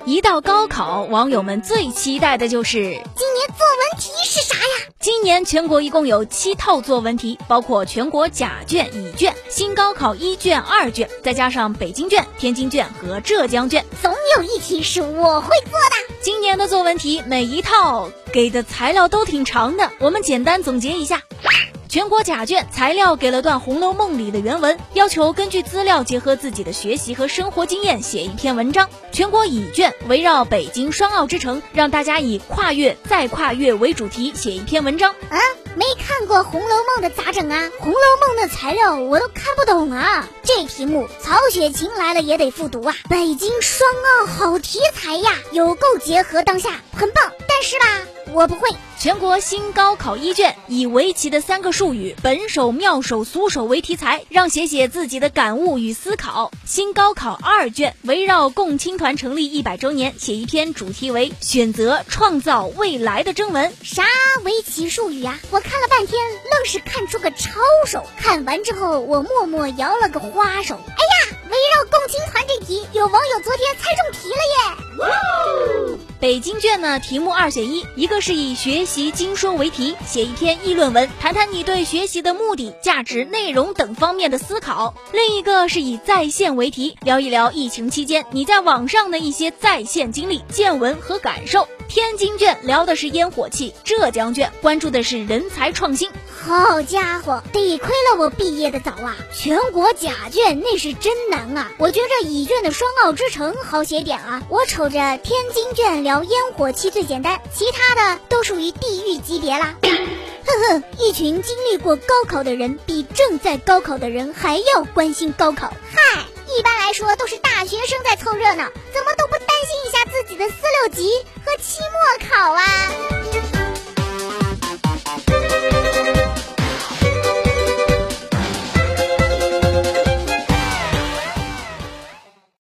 一到高考，网友们最期待的就是今年作文题是啥呀？ 今年全国一共有7套作文题，包括全国甲卷、乙卷、新高考1卷、2卷，再加上北京卷、天津卷和浙江卷， 总有一题是我会做的。 今年的作文题每一套给的材料都挺长的，我们简单总结一下。全国甲卷材料给了段《红楼梦》里的原文，要求根据资料结合自己的学习和生活经验写一篇文章。全国乙卷围绕北京双奥之城，让大家以跨越再跨越为主题写一篇文章。 没看过《红楼梦》的咋整啊？《红楼梦》的材料我都看不懂啊！这题目曹雪芹来了也得复读啊！北京双奥好题材呀，有够结合当下，很棒。但是吧，我不会。 全国新高考1卷以围棋的3个术语本手、妙手、俗手为题材，让写自己的感悟与思考。新高考2卷围绕共青团成立100周年，写一篇主题为选择创造未来的征文。 啥围棋术语啊？我看了半天，愣是看出个抄手。看完之后，我默默摇了个花手。哎呀，围绕共青团这题，有网友昨天猜中题了耶！ 北京卷呢，题目2选1，一个是以学习经说为题，写一篇议论文，谈谈你对学习的目的、价值、内容等方面的思考；另一个是以在线为题，聊一聊疫情期间你在网上的一些在线经历、见闻和感受。天津卷聊的是烟火气，浙江卷关注的是人才创新。 好家伙，得亏了我毕业的早啊！全国甲卷那是真难啊！我觉着乙卷的双奥之城好写点啊。我瞅着天津卷聊烟火气最简单，其他的都属于地狱级别啦。一群经历过高考的人比正在高考的人还要关心高考。嗨，一般来说都是大学生在凑热闹，怎么都不担心一下自己的4、6级和期末考啊？